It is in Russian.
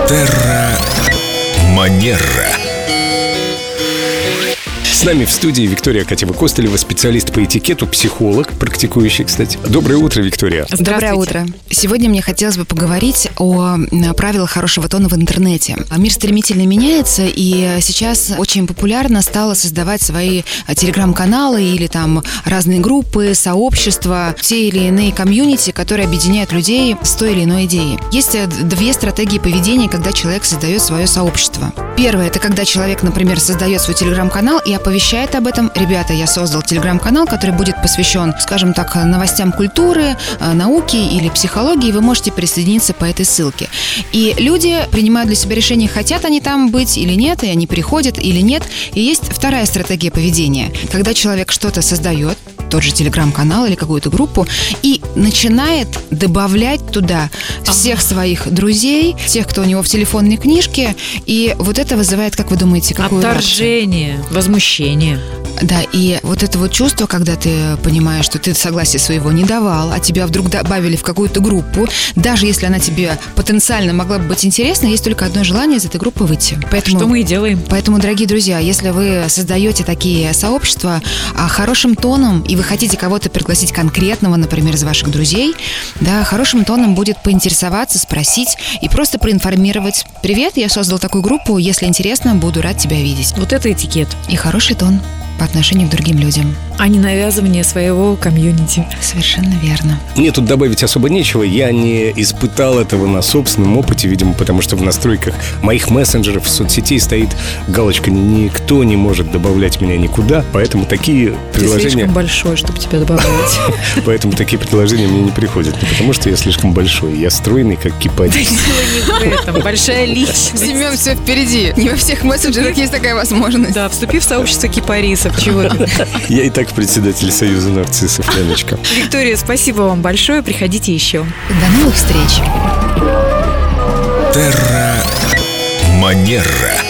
Терра Манера. С нами в студии Виктория Катева-Костылева, специалист по этикету, психолог, практикующий, кстати. Доброе утро, Виктория. Доброе утро. Сегодня мне хотелось бы поговорить о правилах хорошего тона в интернете. Мир стремительно меняется, и сейчас очень популярно стало создавать свои телеграм-каналы или там разные группы, сообщества, те или иные комьюнити, которые объединяют людей с той или иной идеей. Есть две стратегии поведения, когда человек создает свое сообщество. Первое – это когда человек, например, создает свой телеграм-канал и оповещает об этом: ребята, я создал телеграм-канал, который будет посвящен, скажем так, новостям культуры, науки или психологии, вы можете присоединиться по этой ссылке. И люди принимают для себя решение, хотят они там быть или нет, и они приходят или нет. И есть вторая стратегия поведения, когда человек что-то создает, тот же телеграм-канал или какую-то группу, и начинает добавлять туда всех своих друзей, тех, кто у него в телефонной книжке, и вот это вызывает, как вы думаете, какую отторжение, реакцию? Возмущение. Да, и вот это вот чувство, когда ты понимаешь, что ты согласия своего не давал, а тебя вдруг добавили в какую-то группу, даже если она тебе потенциально могла бы быть интересна, есть только одно желание из этой группы выйти. Поэтому, что мы и делаем. Поэтому, дорогие друзья, если вы создаете такие сообщества хорошим тоном, и вы хотите кого-то пригласить конкретного, например, из ваших друзей, да, хорошим тоном будет поинтересоваться, спросить и просто проинформировать: привет, я создал такую группу, если интересно, буду рад тебя видеть. Вот это этикет. И хороший тон по отношению к другим людям. А не навязывание своего комьюнити. Совершенно верно. Мне тут добавить особо нечего. Я не испытал этого на собственном опыте, видимо, потому что в настройках моих мессенджеров, соцсетей стоит галочка «Никто не может добавлять меня никуда», поэтому такие приложения... Ты слишком большой, чтобы тебя добавлять. Поэтому такие предложения мне не приходят. Не потому что я слишком большой, я стройный, как кипарис. Дело не в этом. Большая личность. Семен, все впереди. Не во всех мессенджерах есть такая возможность. Да, вступи в сообщество кипарисов. Чего ты? Я и так председатель Союза нарциссов, Леночка. Виктория, спасибо вам большое. Приходите еще. До новых встреч. Терра Манера.